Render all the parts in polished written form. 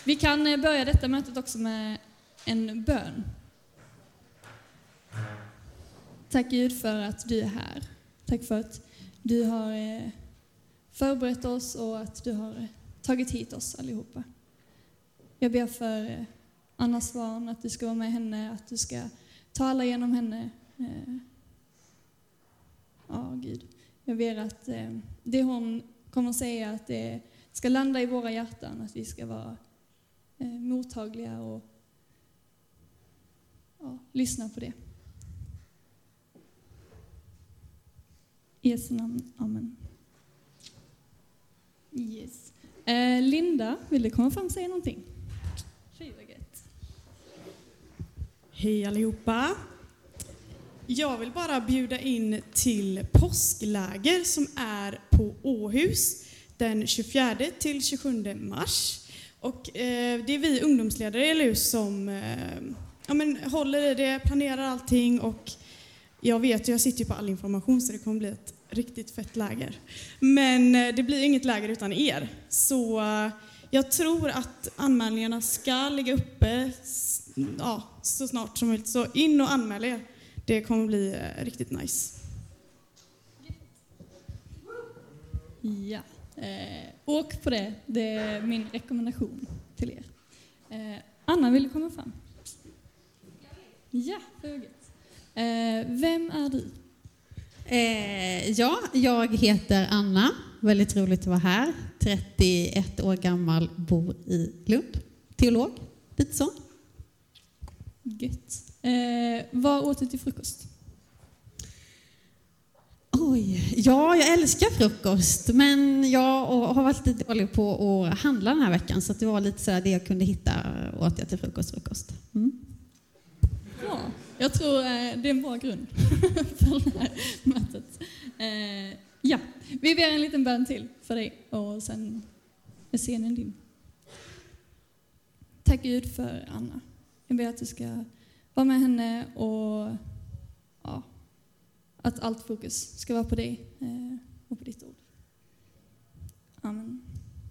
Vi kan börja detta mötet också med en bön. Tack Gud för att du är här. Tack för att du har förberett oss och att du har tagit hit oss allihopa. Jag ber för Anna Svan, att du ska vara med henne, att du ska tala genom henne. Ja, Gud. Jag ber att det hon kommer att säga, att det ska landa i våra hjärtan, att vi ska vara mottagliga och lyssna på det. I Jesu namn, amen. Yes. Linda, vill du komma fram och säga någonting? Hej allihopa. Jag vill bara bjuda in till påskläger som är på Åhus den 24 till 27 mars. Och det är vi ungdomsledare i LUS som håller i det, planerar allting, och jag sitter ju på all information, så det kommer bli ett riktigt fett läger. Men det blir inget läger utan er. Så jag tror att anmälningarna ska ligga uppe så snart som möjligt. Så in och anmäl er. Det kommer bli riktigt nice. Ja, åk på det. Det är min rekommendation till er. Anna, vill du komma fram? Ja, fråget. Vem är du? Jag heter Anna. Väldigt roligt att vara här. 31 år gammal, bor i Lund. Teolog, lite så. Gött. Vad åt du till frukost? Jag älskar frukost, men jag har varit lite dålig på att handla den här veckan, så att det var lite så det jag kunde hitta åt jag till frukost. Ja, jag tror det är en bra grund för det här mötet. Ja, vi ber en liten bön till för dig och sen är scenen din. Tack Gud för Anna. Jag ber att du ska vara med henne och att allt fokus ska vara på dig och på ditt ord. Amen.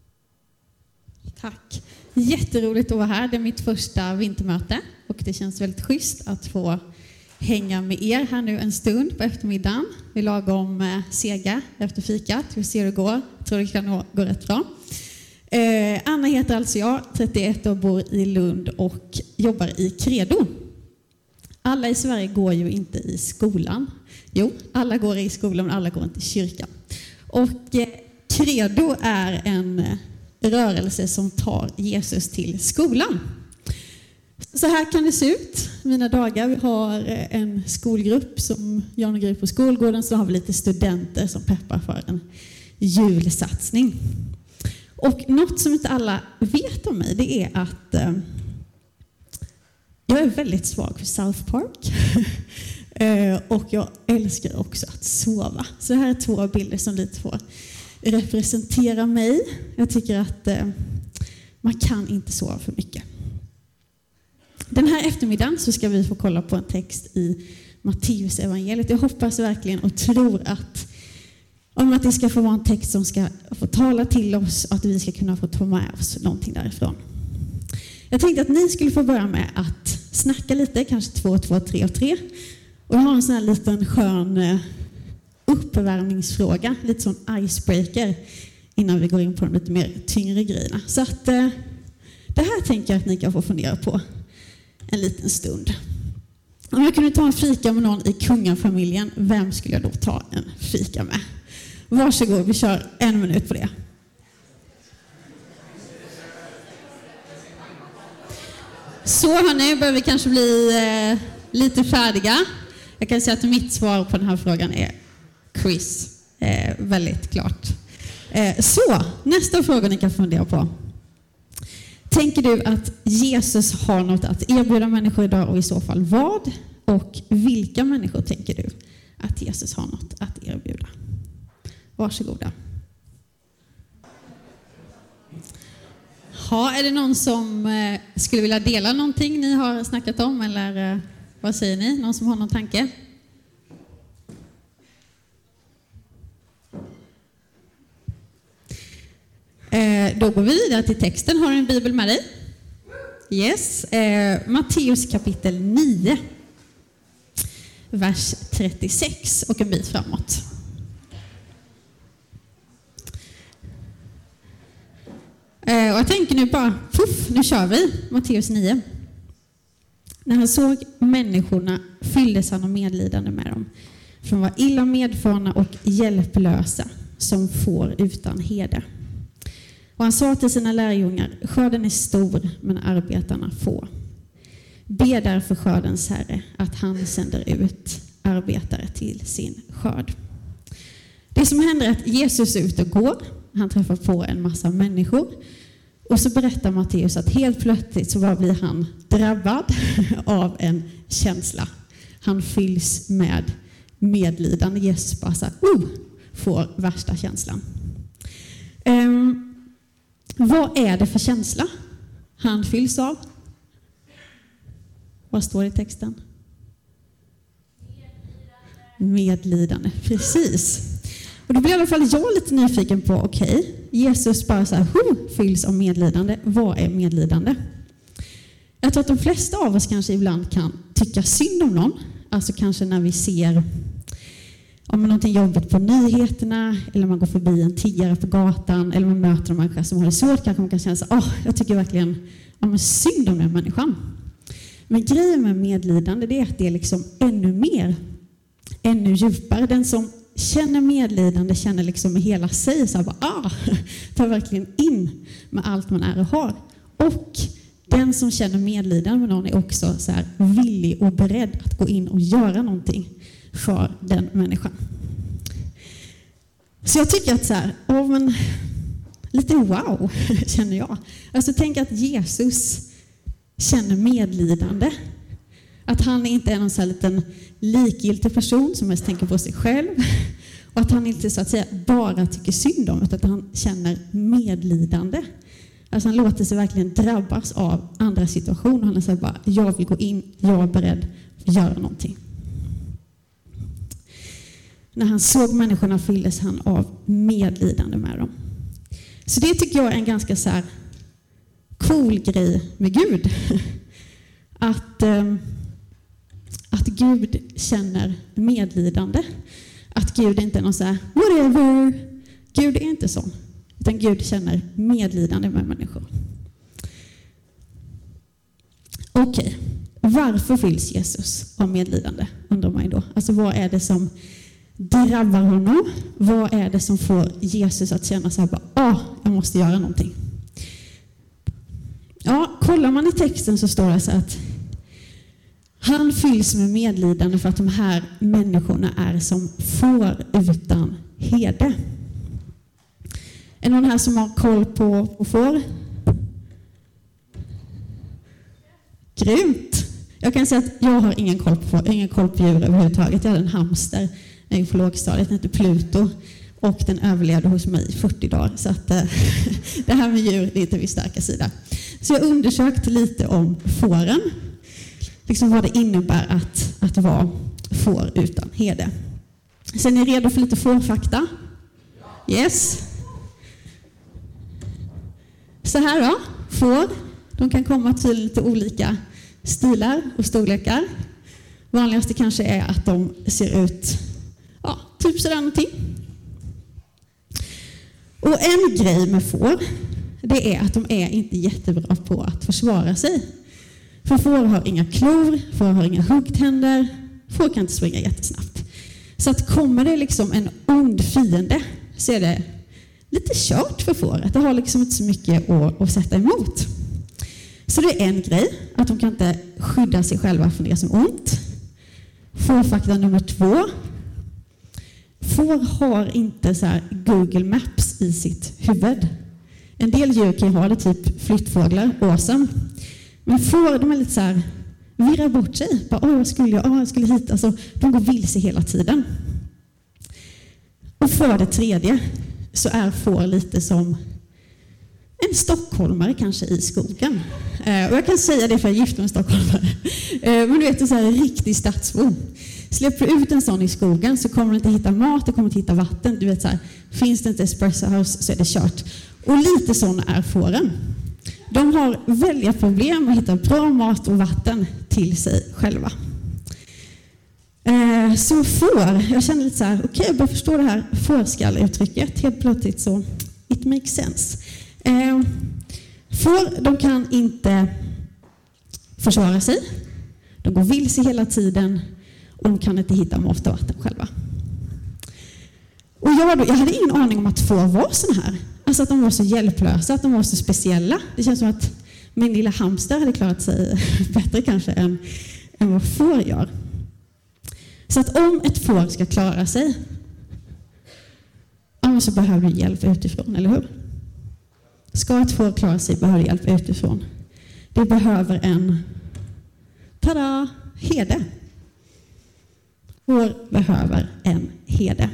Tack. Jätteroligt att vara här. Det är mitt första vintermöte och det känns väldigt schysst att få hänga med er här nu en stund på eftermiddagen. Vi lagom sega efter fikat. Vi ser hur det går. Jag tror det kan gå rätt bra. Anna heter alltså jag, 31 år, bor i Lund och jobbar i Credo. Alla i Sverige går ju inte i skolan. Jo, alla går i skolan, men alla går inte i kyrkan. Och Credo är en rörelse som tar Jesus till skolan. Så här kan det se ut mina dagar. Vi har en skolgrupp som gör en grej på skolgården, så har vi lite studenter som peppar för en julsatsning. Och något som inte alla vet om mig, det är att jag är väldigt svag för South Park. Och jag älskar också att sova. Så här är 2 bilder som lite får representera mig. Jag tycker att man kan inte sova för mycket. Den här eftermiddagen så ska vi få kolla på en text i Matteus evangeliet. Jag hoppas verkligen och tror att det ska få vara en text som ska få tala till oss och att vi ska kunna få ta med oss någonting därifrån. Jag tänkte att ni skulle få börja med att snacka lite, kanske 2, 3 och 3. Och jag har en sån här liten skön uppvärmningsfråga, lite som icebreaker innan vi går in på de lite mer tyngre grejerna. Så att det här tänker jag att ni kan få fundera på en liten stund. Om jag kunde ta en fika med någon i kungafamiljen, vem skulle jag då ta en fika med? Varsågod, vi kör 1 minut på det. Så hörni, börjar vi kanske bli lite färdiga. Jag kan säga att mitt svar på den här frågan är Chris. Väldigt klart. Så, nästa fråga ni kan fundera på. Tänker du att Jesus har något att erbjuda människor idag, och i så fall vad? Och vilka människor tänker du att Jesus har något att erbjuda? Varsågoda. Är det någon som skulle vilja dela någonting ni har snackat om, eller vad säger ni? Någon som har någon tanke? Då går vi vidare till texten. Har du en bibel med dig? Yes. Matteus kapitel 9. Vers 36 och en bit framåt. Och jag tänker nu bara, nu kör vi. Matteus 9. När han såg människorna fylldes han av medlidande med dem. För de var illa medfarna och hjälplösa som får utan herde. Och han sa till sina lärjungar, skörden är stor men arbetarna få. Be därför skördens herre att han sänder ut arbetare till sin skörd. Det som händer är att Jesus är ute och går. Han träffar på en massa människor. Och så berättar Matteus att helt plötsligt så blir han drabbad av en känsla. Han fylls med medlidande. Jesus bara så här, får värsta känslan. Vad är det för känsla han fylls av? Vad står det i texten? Medlidande, precis. Och då blir i alla fall jag lite nyfiken på, okej, Jesus bara så här, fylls av medlidande. Vad är medlidande? Jag tror att de flesta av oss kanske ibland kan tycka synd om någon. Alltså kanske när vi ser om någonting jobbigt på nyheterna, eller man går förbi en tiggare på gatan, eller man möter en människa som har det svårt, kanske man kan känna så, jag tycker verkligen synd om den människan. Men grejen med medlidande, det är att det är liksom ännu djupare. Den som känner medlidande känner liksom med hela sig så här tar verkligen in med allt man är och har. Och den som känner medlidande med någon är också så här villig och beredd att gå in och göra någonting för den människan. Så jag tycker att så här, lite wow känner jag. Alltså tänk att Jesus känner medlidande. Att han inte är någon så här liten likgiltig person som mest tänker på sig själv. Och att han inte så att säga bara tycker synd om, utan att han känner medlidande. Alltså han låter sig verkligen drabbas av andra situationer. Han säger bara, jag vill gå in, jag är beredd att göra någonting. När han såg människorna fylldes han av medlidande med dem. Så det tycker jag är en ganska så här cool grej med Gud. Att Gud känner medlidande. Att Gud inte är någon så här whatever. Gud är inte sån. Utan Gud känner medlidande med människor. Okej. Varför fylls Jesus av medlidande? Undrar man då. Alltså vad är det som drabbar honom? Vad är det som får Jesus att känna så här jag måste göra någonting? Ja, kollar man i texten så står det så att han fylls med medlidande för att de här människorna är som får utan herde. Är någon här som har koll på får? Grymt! Jag kan säga att jag har ingen koll på djur överhuvudtaget. Jag hade en hamster när jag gick på lågstadiet, den hette Pluto. Och den överlevde hos mig i 40 dagar. Så att det här med djur, det är inte min starka sida. Så jag undersökte lite om fåren. Liksom vad det innebär att vara får utan herde. Så är ni redo för lite fårfakta? Yes. Så här då, får. De kan komma till lite olika stilar och storlekar. Vanligaste kanske är att de ser ut typ sådär någonting. Och en grej med får, det är att de är inte jättebra på att försvara sig. För får har inga klor, får har inga huggtänder, får kan inte springa jättesnabbt. Så att kommer det liksom en ond fiende så är det lite kört för fåret. Det har liksom inte så mycket att sätta emot. Så det är en grej, att de kan inte skydda sig själva från det som är ont. Fårfakta nummer 2. Får har inte så här Google Maps i sitt huvud. En del djur kan ha det, typ flyttfåglar, awesome. Men får, de är lite så här, virrar bort sig. Bara, jag skulle hit. Alltså, de går vilse hela tiden. Och för det tredje så är får lite som en stockholmare kanske i skogen. Och jag kan säga det för jag är gift med en stockholmare. Men du vet, det är så här en riktig stadsbo. Släpper du ut en sån i skogen så kommer du inte hitta mat, du kommer inte hitta vatten. Du vet så här, finns det inte espresso house så är det kört. Och lite sån är fåren. De har väldiga problem att hitta bra mat och vatten till sig själva. Så får, jag känner lite så här, okej, jag börjar förstå det här fårskalluttrycket. Helt plötsligt så, it makes sense. Får, de kan inte försvara sig. De går vilse hela tiden och de kan inte hitta mat och vatten själva. Och jag hade ingen aning om att får var sån här. Alltså att de var så hjälplösa, att de var så speciella. Det känns som att min lilla hamster hade klarat sig bättre kanske än vad får gör. Så att om ett får ska klara sig, så behöver du hjälp utifrån, eller hur? Ska ett får klara sig behöver du hjälp utifrån. Det behöver en herde. Får behöver en herde.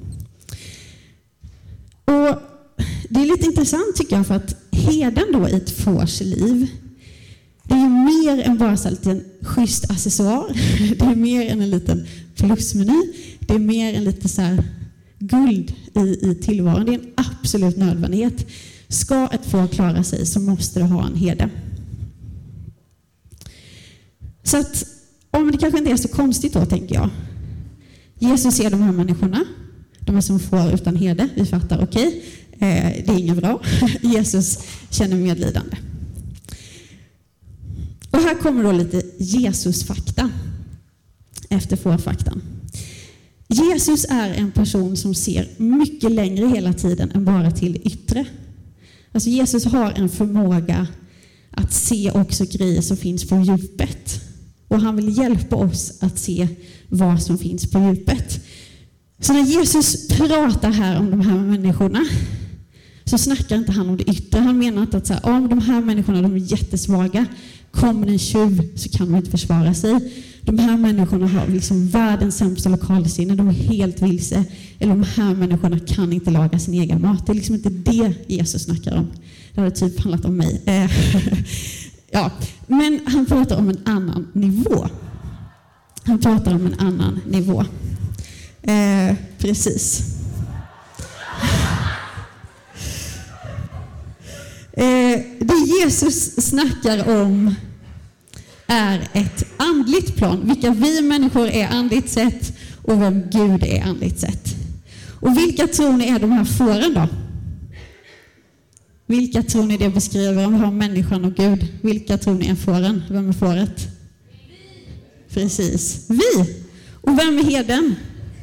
Och det är lite intressant tycker jag, för att herden då i ett fårs liv, det är mer än bara så en liten schysst accessoar. Det är mer än en liten plusmeny. Det är mer än lite så här guld i tillvaron. Det är en absolut nödvändighet. Ska ett får klara sig så måste du ha en herde. Så att, det kanske inte är så konstigt då, tänker jag. Jesus ser de här människorna. De är som får utan herde. Vi fattar, okej. Det är inget bra. Jesus känner medlidande. Och här kommer då lite Jesus-fakta efter fårfaktan. Jesus är en person som ser mycket längre hela tiden än bara till det yttre. Alltså Jesus har en förmåga att se också grejer som finns på djupet. Och han vill hjälpa oss att se vad som finns på djupet. Så när Jesus pratar här om de här människorna så snackar inte han om det yttre. Han menar inte att om de här människorna de är jättesvaga. Kommer en tjuv så kan de inte försvara sig. De här människorna har liksom världens sämsta lokalsinne. De är helt vilse. Eller de här människorna kan inte laga sin egen mat. Det är liksom inte det Jesus snackar om. Det hade typ handlat om mig. Ja, men han pratar om en annan nivå. Han pratar om en annan nivå. Precis. Det Jesus snackar om är ett andligt plan. Vilka vi människor är andligt sett och vem Gud är andligt sett. Och vilka tror ni är de här fåren då? Vilka tror ni det beskriver om vi har människan och Gud? Vilka tror ni är fåren? Vem är fåret? Precis. Vi. Och vem är herden?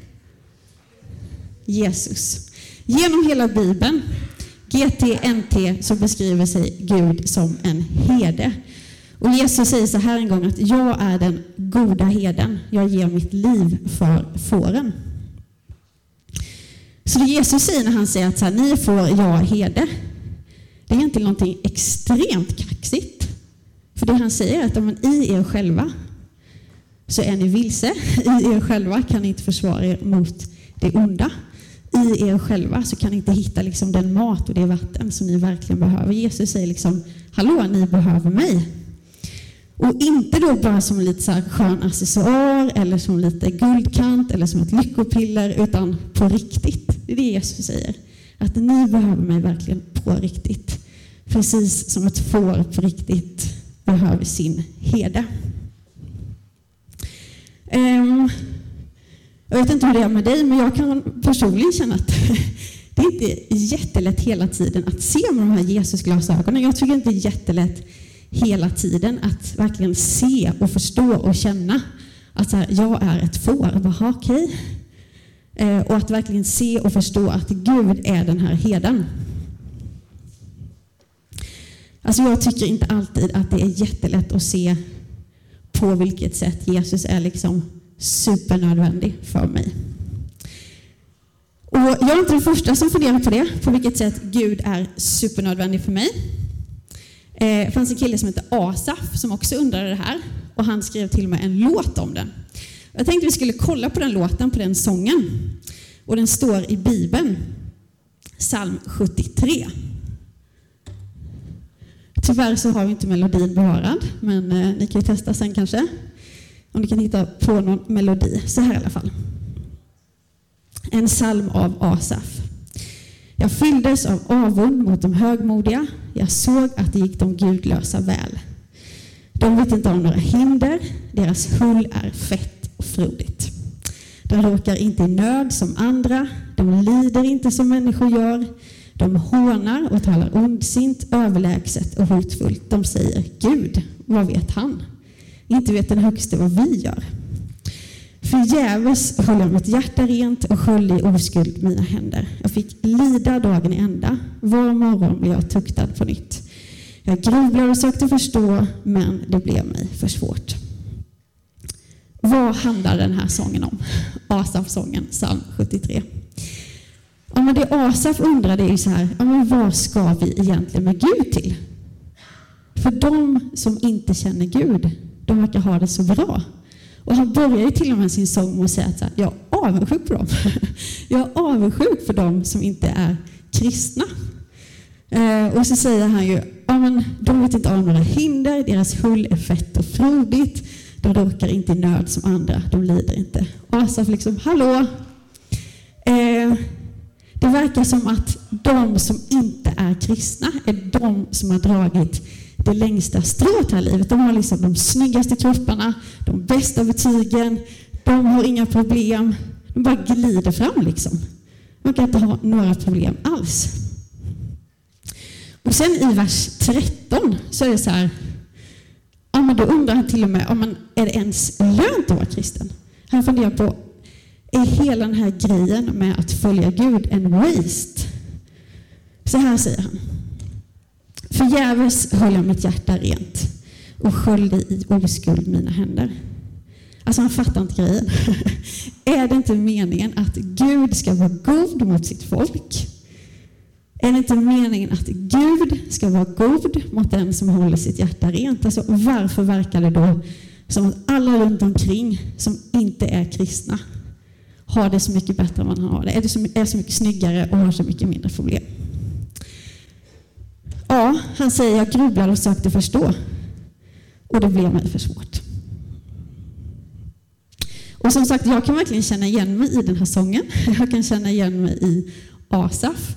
Jesus. Genom hela Bibeln, GT/NT, så beskriver sig Gud som en herde. Och Jesus säger så här en gång att jag är den goda herden. Jag ger mitt liv för fåren. Så det Jesus säger när han säger att så här, ni får, jag herde. Det är inte någonting extremt kaxigt. För det han säger är att om i er själva så är ni vilse. I er själva kan ni inte försvara er mot det onda. I er själva så kan ni inte hitta liksom den mat och det vatten som ni verkligen behöver. Jesus säger liksom, hallå, ni behöver mig. Och inte då bara som lite så här skön accessoar eller som lite guldkant eller som ett lyckopiller, utan på riktigt. Det är det Jesus säger. Att ni behöver mig verkligen på riktigt. Precis som ett får på riktigt behöver sin herde. Jag vet inte hur det är med dig, men jag kan personligen känna att det är inte jättelätt hela tiden att se med de här Jesusglasögonen. Jag tycker inte det är jättelätt hela tiden att verkligen se och förstå och känna att så här, jag är ett får. Bara, okej. Och att verkligen se och förstå att Gud är den här herden. Alltså jag tycker inte alltid att det är jättelätt att se på vilket sätt Jesus är liksom supernödvändig för mig. Och jag är inte den första som funderar på det, på vilket sätt Gud är supernödvändig för mig. Det fanns en kille som heter Asaf som också undrade det här, och han skrev till och med en låt om den. Jag tänkte vi skulle kolla på den låten, på den sången. Och den står i Bibeln, psalm 73. Tyvärr så har vi inte melodin bevarad, men ni kan ju testa sen kanske. Om ni kan hitta på någon melodi. Så här i alla fall. En psalm av Asaf. Jag fylldes av avund mot de högmodiga. Jag såg att det gick de gudlösa väl. De vet inte om några hinder. Deras hull är fett och frodigt. De råkar inte i nöd som andra. De lider inte som människor gör. De hånar och talar ondsint, överlägset och hotfullt. De säger, Gud, vad vet han? Inte vet den högste vad vi gör. Förgäves höll jag mitt hjärta rent och sköljde i oskuld mina händer. Jag fick lida dagen i ända. Var morgon blev jag tuktad på nytt. Jag grubblade och sökte förstå, men det blev mig för svårt. Vad handlar den här sången om? Asaf-sången, psalm 73. Ja, men det Asaf undrade är ju så här, ja, men vad ska vi egentligen med Gud till? För de som inte känner Gud, de verkar ha det så bra. Och han börjar ju till och med sin sång med att säga att jag är avundsjuk på dem. Jag är avundsjuk för dem som inte är kristna. Och så säger han ju, ja, men de vet inte om några hinder, deras hull är fett och frodigt, de råkar inte i nöd som andra, de lider inte. Asaf liksom, hallå! Det verkar som att de som inte är kristna är de som har dragit det längsta strået här i livet. De har liksom de snyggaste kropparna, de bästa betygen, de har inga problem. De bara glider fram liksom. De kan inte ha några problem alls. Och sen i vers 13 så är det så här, ja, men då undrar han till och med, ja, men är det ens lönt att vara kristen? Han funderar på, är hela den här grejen med att följa Gud en waste? Så här säger han. Förgäves höll jag mitt hjärta rent och sköljde i oskuld mina händer. Alltså han fattar inte grejen. Är det inte meningen att Gud ska vara god mot sitt folk? Är det inte meningen att Gud ska vara god mot den som håller sitt hjärta rent? Alltså varför verkar det då som att alla runt omkring som inte är kristna har det så mycket bättre än man har det? Är så mycket snyggare och har så mycket mindre problem? Ja, han säger, jag grubblade och sökte förstå. Och det blev mig för svårt. Och som sagt, jag kan verkligen känna igen mig i den här sången. Jag kan känna igen mig i Asaf.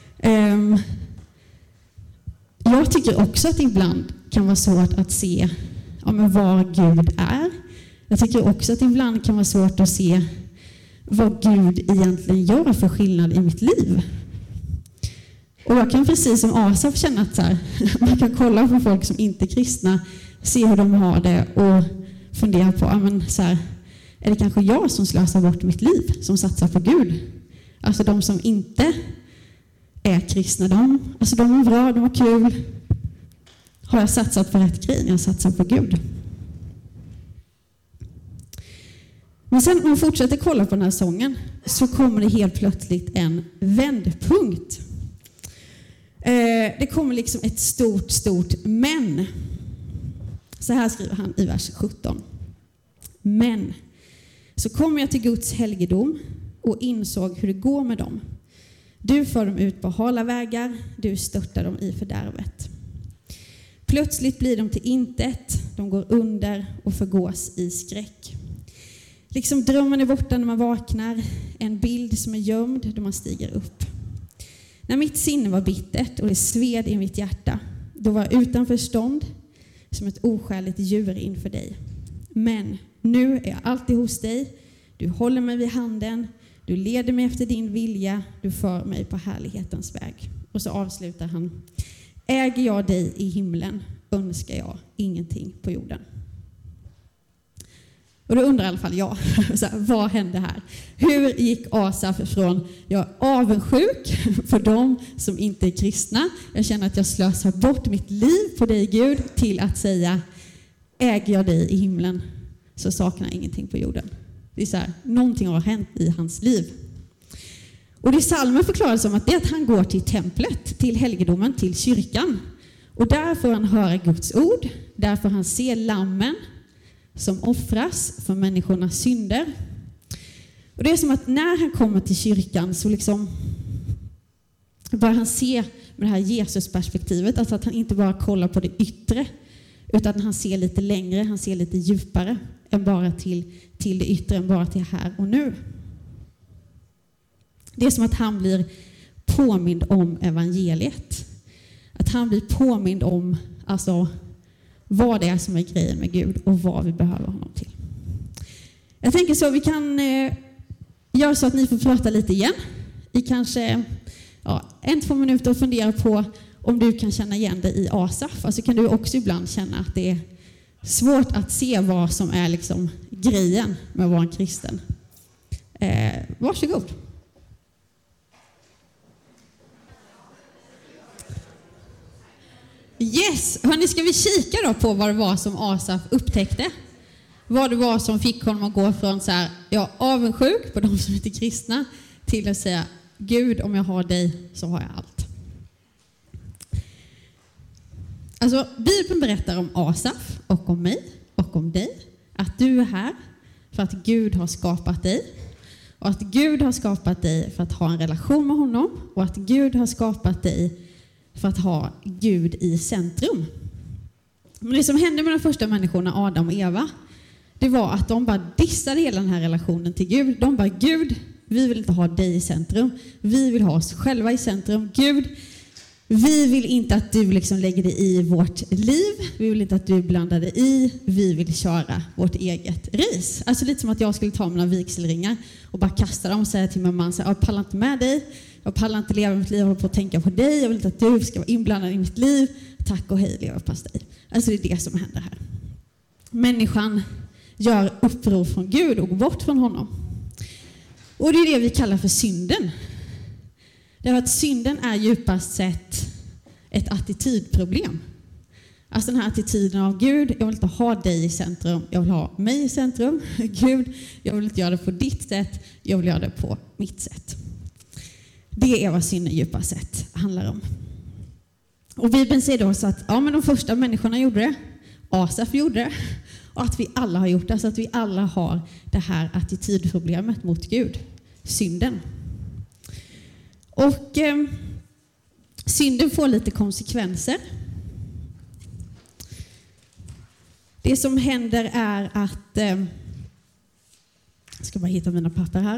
Jag tycker också att det ibland kan vara svårt att se, ja, men vad Gud är. Jag tycker också att det ibland kan vara svårt att se vad Gud egentligen gör för skillnad i mitt liv. Och jag kan precis som Asaf känna att så här, man kan kolla på folk som inte är kristna, se hur de har det och fundera på, ja, men så här, är det kanske jag som slösar bort mitt liv, som satsar på Gud? Alltså de som inte är kristna, de är bra, de har kul. Har jag satsat på rätt grej när jag satsar på Gud? Men sen när man fortsätter kolla på den här sången så kommer det helt plötsligt en vändpunkt. Det kommer liksom ett stort men. Så här skriver han i vers 17. Men så kom jag till Guds helgedom och insåg hur det går med dem. Du för dem ut på hala vägar, du störtar dem i fördärvet. Plötsligt blir de till intet, de går under och förgås i skräck. Liksom drömmen är borta när man vaknar, en bild som är gömd då man stiger upp. När mitt sinne var bittert och det sved i mitt hjärta, då var jag utan förstånd som ett oskäligt djur inför dig. Men nu är jag alltid hos dig, du håller mig vid handen, du leder mig efter din vilja, du för mig på härlighetens väg. Och så avslutar han, äger jag dig i himlen, önskar jag ingenting på jorden. Och då undrar i alla fall jag, så här, vad hände här? Hur gick Asaf från jag är avundsjuk för dem som inte är kristna, jag känner att jag slösar bort mitt liv på dig Gud, till att säga äger jag dig i himlen så saknar jag ingenting på jorden. Det är så här, någonting har hänt i hans liv. Och det salmen förklarar som att det är att han går till templet, till helgedomen, till kyrkan. Och där får han höra Guds ord, där får han se lammen som offras för människornas synder. Och det är som att när han kommer till kyrkan så liksom börjar han se med det här Jesus-perspektivet, alltså att han inte bara kollar på det yttre, utan han ser lite längre, han ser lite djupare än bara till det yttre, än bara till här och nu. Det är som att han blir påmind om evangeliet. Att han blir påmind om alltså, vad det är som är grejen med Gud och vad vi behöver honom till. Jag tänker så vi kan göra så att ni får prata lite igen. I kanske 1-2 minuter och fundera på om du kan känna igen dig i Asaf. Alltså kan du också ibland känna att det är svårt att se vad som är liksom grejen med att vara en kristen. Varsågod. Yes, hörni, ska vi kika då på vad det var som Asaf upptäckte? Vad det var som fick honom att gå från så här, avundsjuk på de som inte är kristna till att säga, Gud, om jag har dig så har jag allt. Alltså, Bibeln berättar om Asaf och om mig och om dig. Att du är här för att Gud har skapat dig. Och att Gud har skapat dig för att ha en relation med honom. Och att Gud har skapat dig för att ha Gud i centrum. Men det som hände med de första människorna, Adam och Eva, det var att de bara dissade hela den här relationen till Gud. De bara, Gud, vi vill inte ha dig i centrum. Vi vill ha oss själva i centrum. Gud, vi vill inte att du liksom lägger dig i vårt liv. Vi vill inte att du blandar dig i. Vi vill köra vårt eget race. Alltså lite som att jag skulle ta mina vigselringar och bara kasta dem och säga till min man, jag pallar inte med dig. Jag pallar inte leva mitt liv, jag håller på att tänka på dig. Jag vill inte att du ska vara inblandad i mitt liv. Tack och hej, leverpastej. Alltså det är det som händer här. Människan gör uppror från Gud och går bort från honom. Och det är det vi kallar för synden. Därför att synden är djupast sett ett attitydproblem. Alltså den här attityden av Gud, jag vill inte ha dig i centrum, jag vill ha mig i centrum. Gud, jag vill inte göra det på ditt sätt, jag vill göra det på mitt sätt. Det är vad synden djupast sett handlar om. Och Bibeln säger då så att men de första människorna gjorde det, Asaf gjorde det, och att vi alla har gjort det, så att vi alla har det här attitydproblemet mot Gud, synden. Och synden får lite konsekvenser. Det som händer är att jag ska bara hitta mina papper här.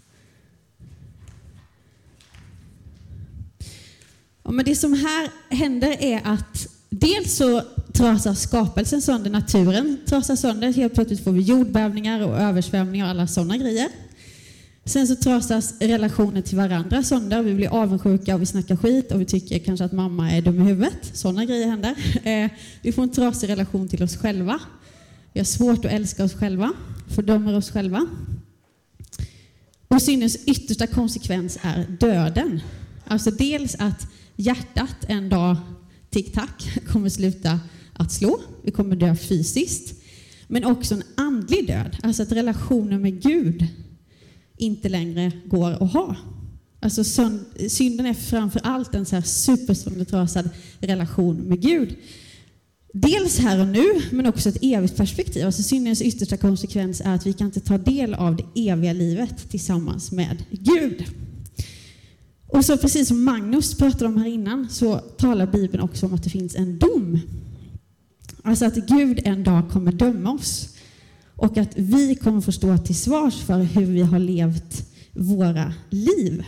Men det som här händer är att dels så trasas skapelsen sönder, naturen trasas sönder. Helt plötsligt får vi jordbävningar och översvämningar och alla sådana grejer. Sen så trasas relationen till varandra sönder. Vi blir avundsjuka och vi snackar skit och vi tycker kanske att mamma är dum i huvudet. Sådana grejer händer. Vi får en trasig relation till oss själva. Vi har svårt att älska oss själva, fördömer oss själva. Och syndens yttersta konsekvens är döden. Alltså dels att hjärtat en dag, tick-tack, kommer sluta att slå. Vi kommer dö fysiskt. Men också en andlig död. Alltså att relationen med Gud inte längre går att ha. Alltså synden är framför allt en så här supersöndertrasad relation med Gud. Dels här och nu, men också ett evigt perspektiv. Alltså syndens yttersta konsekvens är att vi kan inte ta del av det eviga livet tillsammans med Gud. Och så precis som Magnus pratade om här innan, så talar Bibeln också om att det finns en dom. Alltså att Gud en dag kommer döma oss. Och att vi kommer få stå till svars för hur vi har levt våra liv.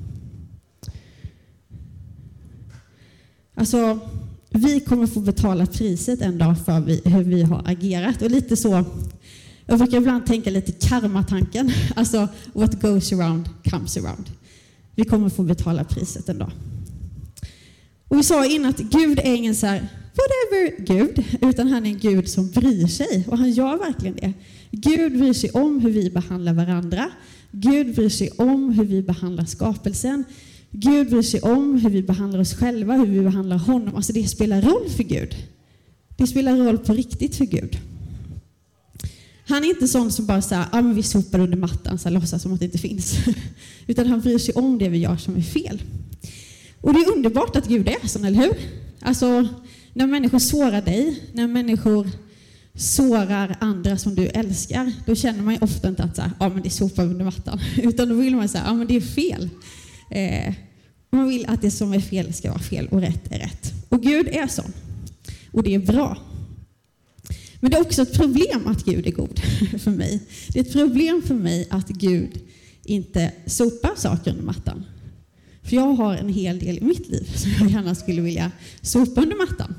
Alltså, vi kommer få betala priset en dag för hur vi har agerat. Och lite så, jag brukar ibland tänka lite karmatanken. Alltså, what goes around comes around. Vi kommer få betala priset en dag. Och vi sa innan att Gud är ingen så här whatever Gud, utan han är en Gud som bryr sig. Och han gör verkligen det. Gud bryr sig om hur vi behandlar varandra. Gud bryr sig om hur vi behandlar skapelsen. Gud bryr sig om hur vi behandlar oss själva, hur vi behandlar honom. Alltså det spelar roll för Gud. Det spelar roll på riktigt för Gud. Han är inte sån som bara säger, men vi sopar under mattan, så låtsas som att det inte finns. Utan han bryr sig om det vi gör som är fel. Och det är underbart att Gud är sån, eller hur? Alltså, när människor sårar dig, när människor sårar andra som du älskar, då känner man ju ofta inte att men det sopar under mattan. Utan då vill man säga, men det är fel. Man vill att det som är fel ska vara fel och rätt är rätt. Och Gud är sån. Och det är bra. Men det är också ett problem att Gud är god för mig. Det är ett problem för mig att Gud inte sopar saker under mattan. För jag har en hel del i mitt liv som jag gärna skulle vilja sopa under mattan.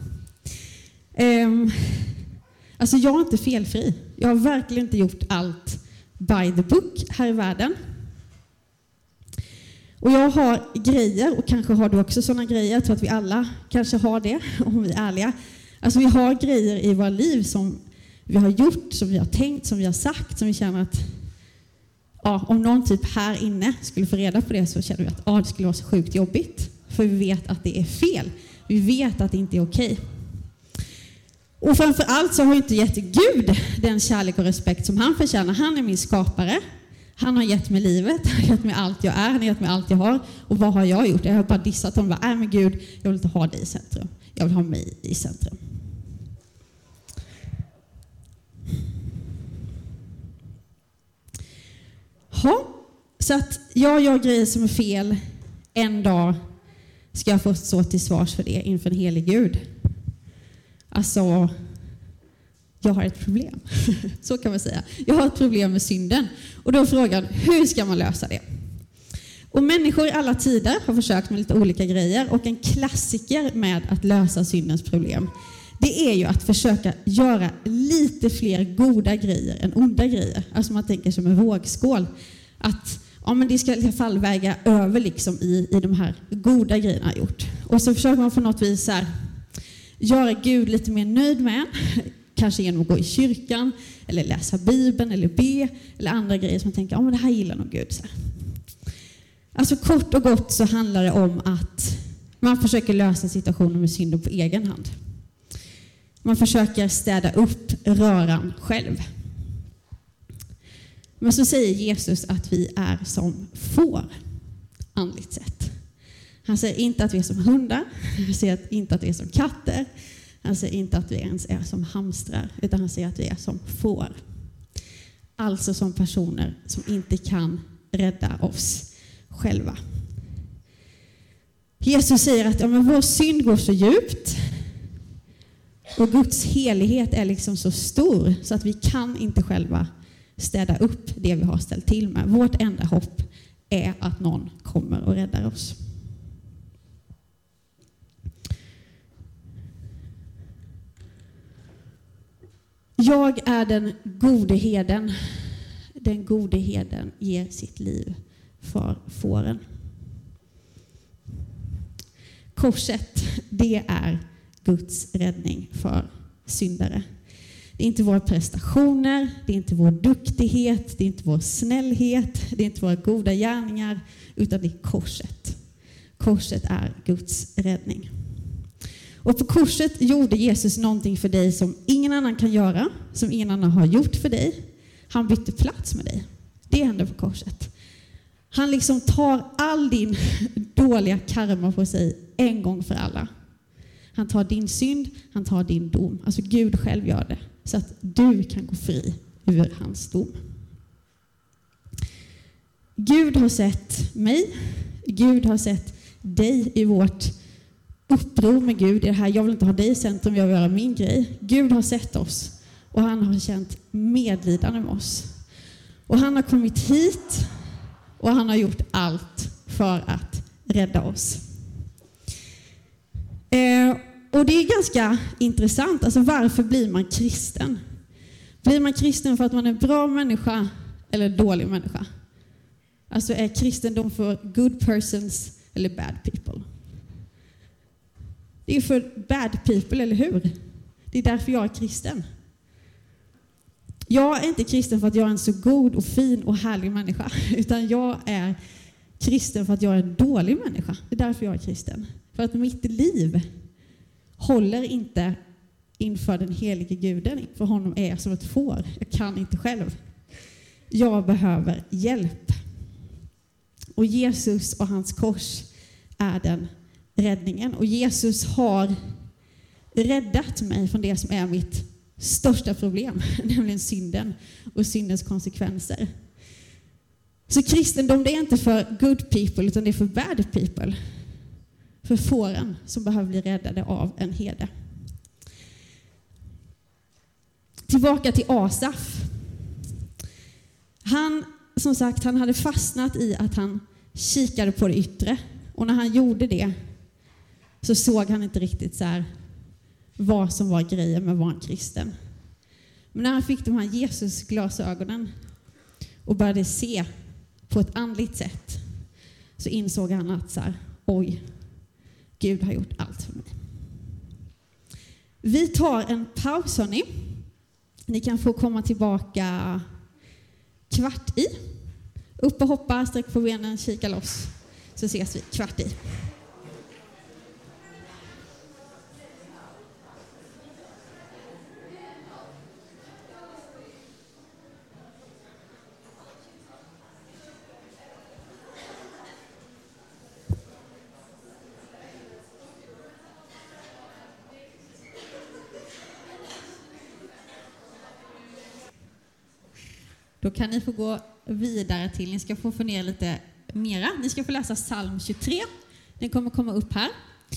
Alltså jag är inte felfri. Jag har verkligen inte gjort allt by the book här i världen. Och jag har grejer, och kanske har du också sådana grejer. Jag tror att vi alla kanske har det, om vi är ärliga. Alltså vi har grejer i våra liv som vi har gjort, som vi har tänkt, som vi har sagt, som vi känner att om någon typ här inne skulle få reda på det, så känner vi att det skulle vara så sjukt jobbigt. För vi vet att det är fel. Vi vet att det inte är okej. Och framför allt så har inte gett Gud den kärlek och respekt som han förtjänar. Han är min skapare. Han har gett mig livet. Han har gett mig allt jag är. Han har gett mig allt jag har. Och vad har jag gjort? Jag har bara dissat honom. Men Gud, jag vill inte ha dig i centrum. Jag vill ha mig i centrum. Så att jag gör grejer som är fel. En dag ska jag få stå till svars för det inför en helig Gud. Alltså, jag har ett problem. Så kan man säga. Jag har ett problem med synden. Och då är frågan, hur ska man lösa det? Och människor i alla tider har försökt med lite olika grejer. Och en klassiker med att lösa syndens problem, det är ju att försöka göra lite fler goda grejer än onda grejer. Alltså man tänker som en vågskål. Att men det ska i alla fall väga över liksom i de här goda grejerna jag har gjort. Och så försöker man på något vis så här, göra Gud lite mer nöjd med. Kanske genom att gå i kyrkan, eller läsa Bibeln, eller be, eller andra grejer som man tänker, men det här gillar nog Gud. Så här. Alltså kort och gott så handlar det om att man försöker lösa situationen med synden på egen hand. Man försöker städa upp röran själv. Men så säger Jesus att vi är som får, andligt sett. Han säger inte att vi är som hundar. Han säger inte att vi är som katter. Han säger inte att vi ens är som hamstrar. Utan han säger att vi är som får. Alltså som personer som inte kan rädda oss själva. Jesus säger att vår synd går så djupt. Och Guds helighet är liksom så stor. Så att vi kan inte själva städa upp det vi har ställt till med. Vårt enda hopp är att någon kommer och räddar oss. Jag är den gode herden. Den gode herden ger sitt liv för fåren. Korset, det är Guds räddning för syndare. Det är inte våra prestationer, det är inte vår duktighet, det är inte vår snällhet, det är inte våra goda gärningar, utan det är korset. Korset är Guds räddning. Och på korset gjorde Jesus någonting för dig som ingen annan kan göra, som ingen annan har gjort för dig. Han bytte plats med dig. Det hände på korset. Han liksom tar all din dåliga karma på sig en gång för alla. Han tar din synd, han tar din dom. Alltså Gud själv gör det. Så att du kan gå fri ur hans dom. Gud har sett mig. Gud har sett dig i vårt uppror med Gud. I det här, jag vill inte ha dig i centrum, jag vill göra min grej. Gud har sett oss. Och han har känt medlidande med oss. Och han har kommit hit. Och han har gjort allt för att rädda oss. Och det är ganska intressant. Alltså varför blir man kristen? Blir man kristen för att man är en bra människa eller en dålig människa? Alltså är kristendom för good persons eller bad people? Det är för bad people, eller hur? Det är därför jag är kristen. Jag är inte kristen för att jag är en så god och fin och härlig människa. Utan jag är kristen för att jag är en dålig människa. Det är därför jag är kristen. För att mitt liv håller inte inför den helige guden. För honom är jag som ett får. Jag kan inte själv. Jag behöver hjälp. Och Jesus och hans kors är den räddningen. Och Jesus har räddat mig från det som är mitt största problem. Nämligen synden och syndens konsekvenser. Så kristendom, det är inte för good people utan det är för bad people. För fåren som behöver bli räddade av en herde. Tillbaka till Asaf. Han hade fastnat i att han kikade på det yttre. Och när han gjorde det så såg han inte riktigt så här vad som var grejen med att vara en kristen. Men när han fick de här Jesus-glasögonen och började se på ett andligt sätt så insåg han att så här, oj, Gud har gjort allt för mig. Vi tar en paus, hörni. Ni kan få komma tillbaka 15:15. Upp och hoppa, sträck på benen, kika loss. Så ses vi 15:15. Då kan ni få gå vidare till, ni ska få fundera lite mera. Ni ska få läsa psalm 23. Den kommer komma upp här.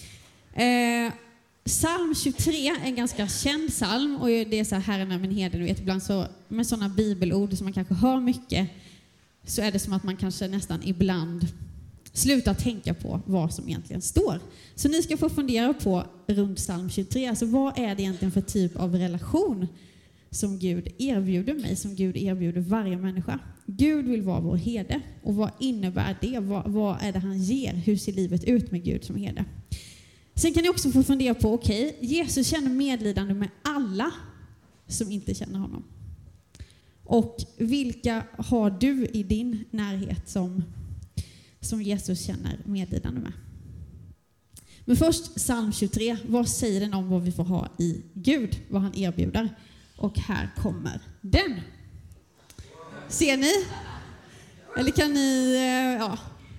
Psalm 23 är en ganska känd psalm och det är så här, Herren är min herde. Du vet, ibland så med sådana bibelord som man kanske hör mycket så är det som att man kanske nästan ibland slutar tänka på vad som egentligen står. Så ni ska få fundera på runt psalm 23. Alltså vad är det egentligen för typ av relation som Gud erbjuder mig, som Gud erbjuder varje människa. Gud vill vara vår herde. Och vad innebär det? Vad är det han ger? Hur ser livet ut med Gud som herde? Sen kan ni också få fundera på, okej, Jesus känner medlidande med alla som inte känner honom. Och vilka har du i din närhet som Jesus känner medlidande med? Men först psalm 23. Vad säger den om vad vi får ha i Gud? Vad han erbjuder? Och här kommer den. Ser ni? Eller kan ni, ja.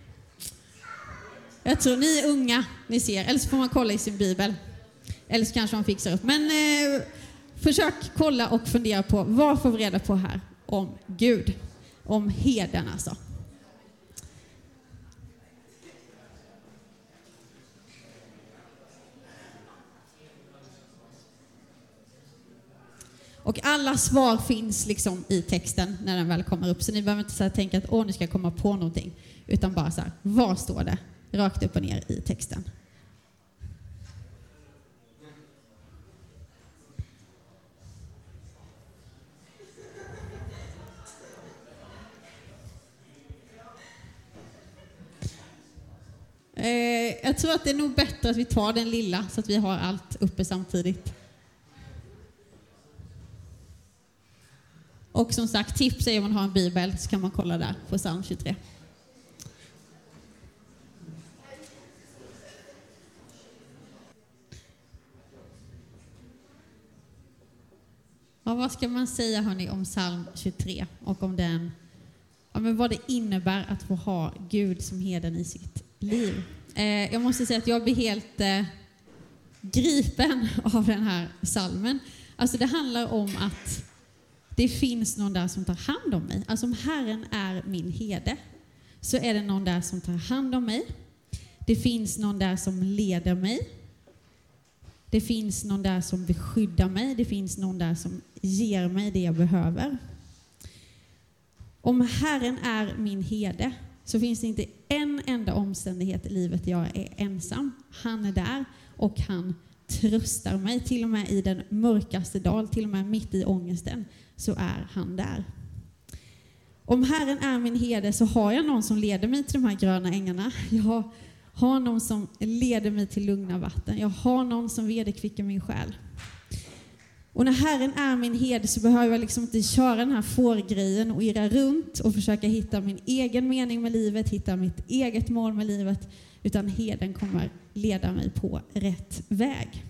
Jag tror ni är unga, ni ser. Eller så får man kolla i sin bibel. Eller så kanske man fixar upp. Men försök kolla och fundera på vad får vi reda på här om Gud. Om herden alltså. Och alla svar finns liksom i texten när den väl kommer upp. Så ni behöver inte så här tänka att nu ska jag komma på någonting. Utan bara så här, vad står det? Rakt upp och ner i texten. Jag tror att det är nog bättre att vi tar den lilla så att vi har allt uppe samtidigt. Och som sagt, tips är om man har en bibel så kan man kolla där på psalm 23. Ja, vad ska man säga hörni om psalm 23 och om den, ja, men vad det innebär att få ha Gud som herden i sitt liv. Jag måste säga att jag blir helt gripen av den här psalmen. Alltså det handlar om att det finns någon där som tar hand om mig. Alltså om Herren är min herde så är det någon där som tar hand om mig. Det finns någon där som leder mig. Det finns någon där som beskyddar mig. Det finns någon där som ger mig det jag behöver. Om Herren är min herde så finns det inte en enda omständighet i livet jag är ensam. Han är där och han tröstar mig. Till och med i den mörkaste dal, till och med mitt i ångesten, så är han där. Om Herren är min herde så har jag någon som leder mig till de här gröna ängarna. Jag har någon som leder mig till lugna vatten. Jag har någon som vederkvickar min själ. Och när Herren är min herde så behöver jag liksom inte köra den här fårgrejen och irra runt och försöka hitta min egen mening med livet, hitta mitt eget mål med livet, utan herden kommer leda mig på rätt väg.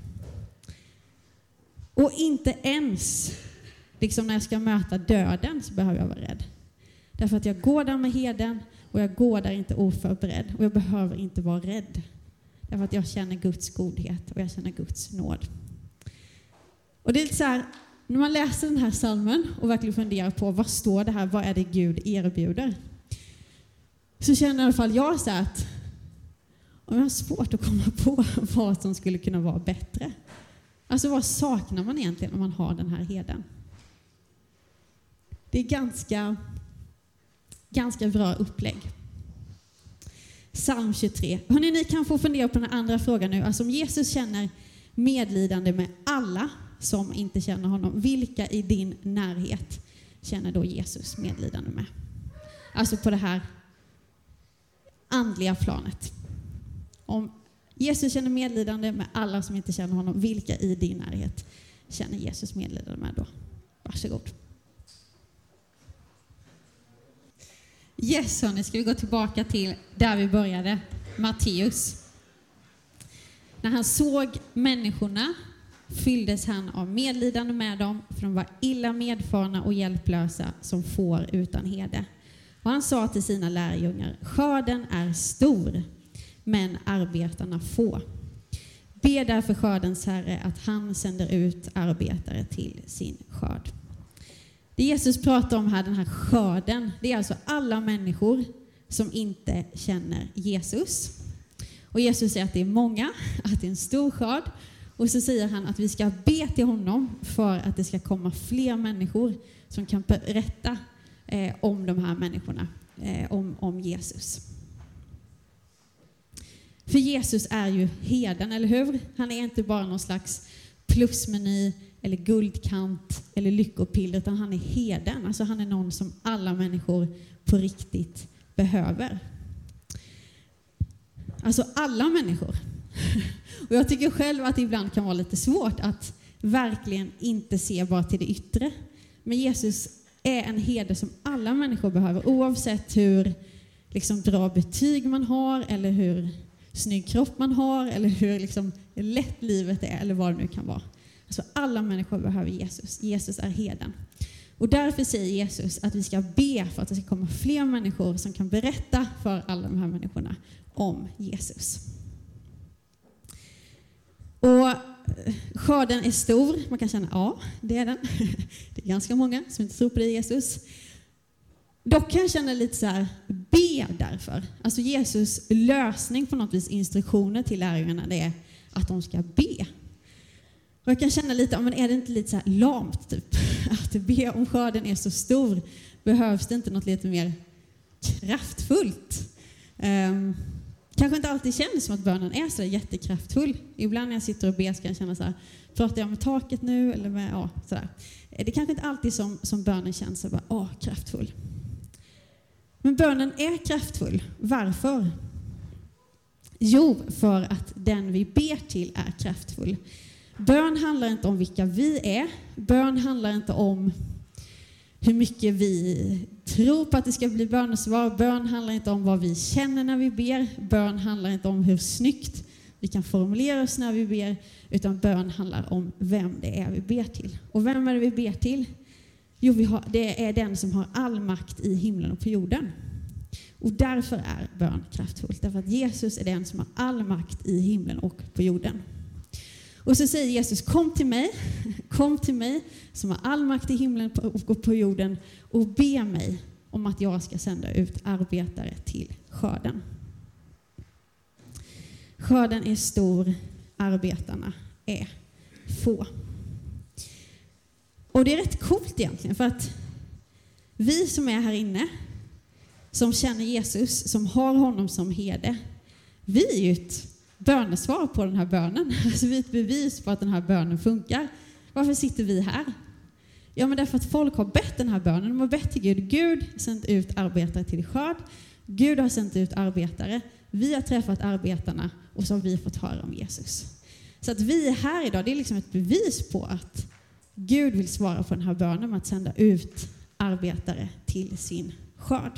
Och inte ens liksom när jag ska möta döden så behöver jag vara rädd. Därför att jag går där med herden och jag går där inte oförberedd. Och jag behöver inte vara rädd. Därför att jag känner Guds godhet och jag känner Guds nåd. Och det är lite så här, när man läser den här psalmen och verkligen funderar på vad står det här, vad är det Gud erbjuder? Så känner i alla fall jag så här att om jag har svårt att komma på vad som skulle kunna vara bättre. Alltså vad saknar man egentligen om man har den här herden? Det är ganska bra upplägg. Psalm 23. Hörrni, ni kan få fundera på den andra frågan nu. Alltså om Jesus känner medlidande med alla som inte känner honom, vilka i din närhet känner då Jesus medlidande med? Alltså på det här andliga planet. Om Jesus känner medlidande med alla som inte känner honom, vilka i din närhet känner Jesus medlidande med då? Varsågod. Yes, hörni, ska vi gå tillbaka till där vi började. Matteus. När han såg människorna fylldes han av medlidande med dem, för de var illa medfarna och hjälplösa som får utan herde. Och han sa till sina lärjungar: skörden är stor, men arbetarna få. Be därför skördens Herre att han sänder ut arbetare till sin skörd. Det Jesus pratar om här, den här skörden, det är alltså alla människor som inte känner Jesus. Och Jesus säger att det är många, att det är en stor skörd. Och så säger han att vi ska be till honom för att det ska komma fler människor som kan berätta om de här människorna, om Jesus. För Jesus är ju herden, eller hur? Han är inte bara någon slags plusmeny eller guldkant eller lyckopiller, utan han är herden. Alltså han är någon som alla människor på riktigt behöver. Alltså alla människor. Och jag tycker själv att det ibland kan vara lite svårt att verkligen inte se bara till det yttre. Men Jesus är en herde som alla människor behöver, oavsett hur liksom bra betyg man har, eller hur snygg kropp man har, eller hur liksom lätt livet är, eller vad det nu kan vara. Alltså alla människor behöver Jesus. Jesus är herden. Och därför säger Jesus att vi ska be för att det ska komma fler människor som kan berätta för alla de här människorna om Jesus. Och skörden är stor. Man kan känna, ja, det är den. Det är ganska många som inte tror på dig, Jesus. Dock kan jag känna lite så här, be därför. Alltså Jesus lösning på något vis, instruktioner till lärjungarna, det är att de ska be. Och jag kan känna lite, men är det inte lite så här lamt typ? Att be om skörden är så stor, behövs det inte något lite mer kraftfullt? Kanske inte alltid känns som att bönen är så jättekraftfull. Ibland när jag sitter och ber ska jag känna så här, pratar jag med taket nu? Eller med, ja, sådär. Det är kanske inte alltid som bönen känns så bara, kraftfull. Men bönen är kraftfull. Varför? Jo, för att den vi ber till är kraftfull. Bön handlar inte om vilka vi är. Bön handlar inte om hur mycket vi tror på att det ska bli bönesvar. Bön handlar inte om vad vi känner när vi ber. Bön handlar inte om hur snyggt vi kan formulera oss när vi ber. Utan bön handlar om vem det är vi ber till. Och vem är det vi ber till? Jo, det är den som har all makt i himlen och på jorden. Och därför är bön kraftfullt. Därför att Jesus är den som har all makt i himlen och på jorden. Och så säger Jesus, kom till mig som har all makt i himlen och på jorden och be mig om att jag ska sända ut arbetare till skörden. Skörden är stor, arbetarna är få. Och det är rätt coolt egentligen, för att vi som är här inne, som känner Jesus, som har honom som herde, vi är ju ett bönesvar på den här bönen. Alltså vi är ett bevis på att den här bönen funkar. Varför sitter vi här? Ja, men därför att folk har bett den här bönen. De har bett till Gud. Gud har sänt ut arbetare till skörd. Gud har sänt ut arbetare. Vi har träffat arbetarna och så har vi fått höra om Jesus. Så att vi är här idag, det är liksom ett bevis på att Gud vill svara på den här bönen med att sända ut arbetare till sin skörd.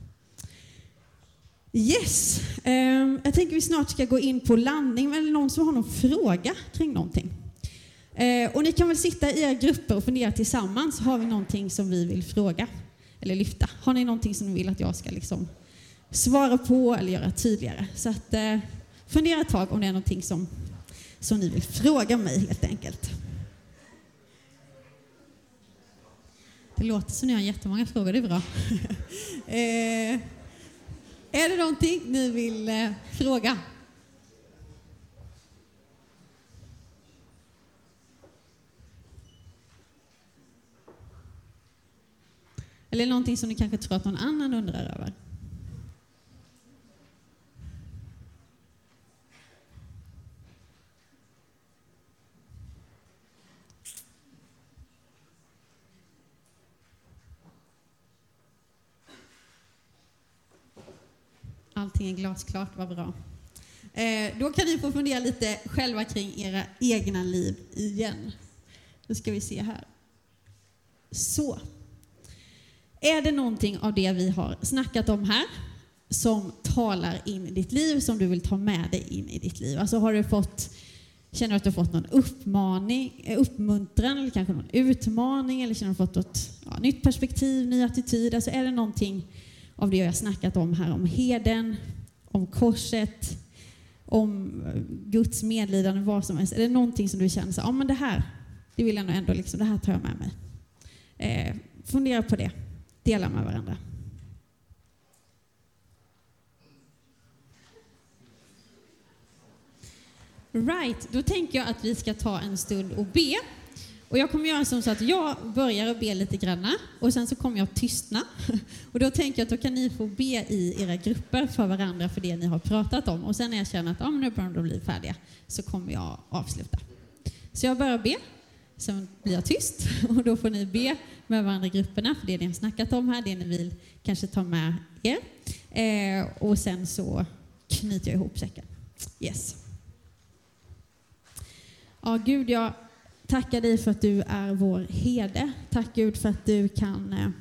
Yes, jag tänker vi snart ska gå in på landning, eller någon som har någon fråga kring någonting. Och ni kan väl sitta i era grupper och fundera tillsammans. Har vi någonting som vi vill fråga eller lyfta? Har ni någonting som ni vill att jag ska liksom svara på eller göra tydligare? Så att fundera ett tag om det är någonting som ni vill fråga mig helt enkelt. Det låter som ni har jättemånga frågor, det är bra. Är det någonting ni vill fråga? Eller någonting som ni kanske tror att någon annan undrar över? allting är glasklart, vad bra. Då kan ni få fundera lite själva kring era egna liv igen. Då ska vi se här. Så. Är det någonting av det vi har snackat om här som talar in i ditt liv, som du vill ta med dig in i ditt liv? Alltså känner du att du har fått någon uppmuntran eller kanske någon utmaning, eller känner du att du har fått nytt perspektiv, ny attityd? Alltså är det någonting av det jag har snackat om här, om heden, om korset, om Guds medlidande, vad som helst? Är det någonting som du känner så, men det vill jag ändå liksom, det här tar jag med mig. Fundera på det. Dela med varandra. Right, då tänker jag att vi ska ta en stund och be. Och jag kommer göra som så att jag börjar att be lite granna och sen så kommer jag att tystna. Och då tänker jag att då kan ni få be i era grupper för varandra för det ni har pratat om. Och sen när jag känner att nu börjar de bli färdiga så kommer jag avsluta. Så jag börjar be, sen blir jag tyst och då får ni be med varandra i grupperna för det ni har snackat om här, det ni vill kanske ta med er. Och sen så knyter jag ihop säcken. Yes. Ja, Gud, jag tackar dig för att du är vår herde. Tack Gud för att du kan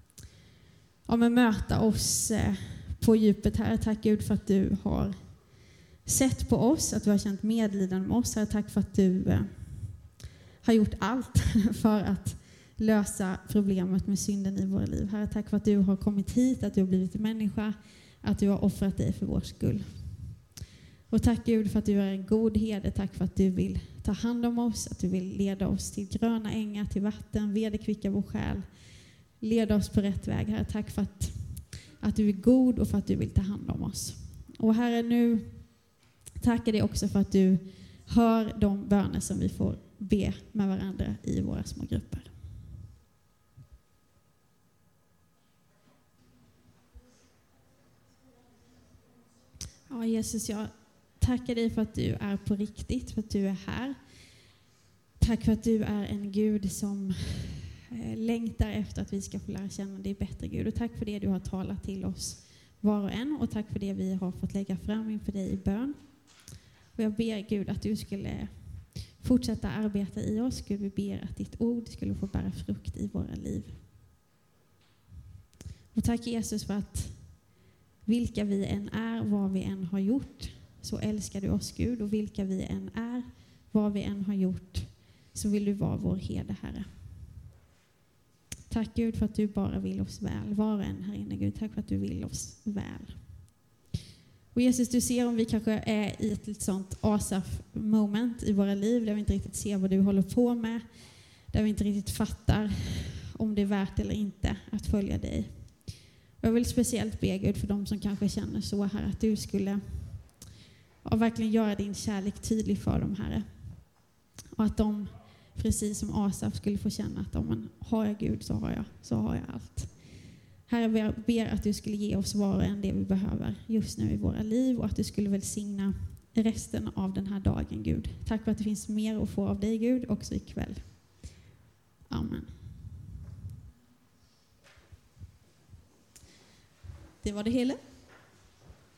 möta oss på djupet här. Tack Gud för att du har sett på oss, att du har känt medlidande med oss. Tack för att du har gjort allt för att lösa problemet med synden i våra liv. Herre, tack för att du har kommit hit, att du har blivit människa, att du har offrat dig för vår skull. Och tack Gud för att du är en god herde. Tack för att du vill ta hand om oss, att du vill leda oss till gröna ängar, till vatten, vederkvicka vår själ. Leda oss på rätt väg, Herre. Tack för att du är god och för att du vill ta hand om oss. Och Herre, nu tackar dig också för att du hör de böner som vi får be med varandra i våra små grupper. Ja, Jesus, jag tackar dig för att du är på riktigt, för att du är här. Tack för att du är en Gud som längtar efter att vi ska få lära känna dig bättre, Gud. Och tack för det du har talat till oss var och en. Och tack för det vi har fått lägga fram inför dig i bön. Och jag ber Gud att du skulle fortsätta arbeta i oss. Gud, vi ber att ditt ord skulle få bära frukt i våra liv. Och tack Jesus för att vilka vi än är, vad vi än har gjort, så älskar du oss, Gud. Och vilka vi än är, vad vi än har gjort, så vill du vara vår herde, Herre. Tack Gud för att du bara vill oss väl. Var och en här inne, Gud. Tack för att du vill oss väl. Och Jesus, du ser om vi kanske är i ett sånt ASAF-moment i våra liv, där vi inte riktigt ser vad du håller på med, där vi inte riktigt fattar om det är värt eller inte att följa dig. Jag vill speciellt be Gud för de som kanske känner så här, att du skulle verkligen göra din kärlek tydlig för dem, Herre. Och att de, precis som Asaf, skulle få känna att har jag Gud så har jag allt. Herre, jag ber att du skulle ge oss var och en det vi behöver just nu i våra liv, och att du skulle välsigna resten av den här dagen, Gud. Tack för att det finns mer att få av dig, Gud, också ikväll. Amen. Det var det hela.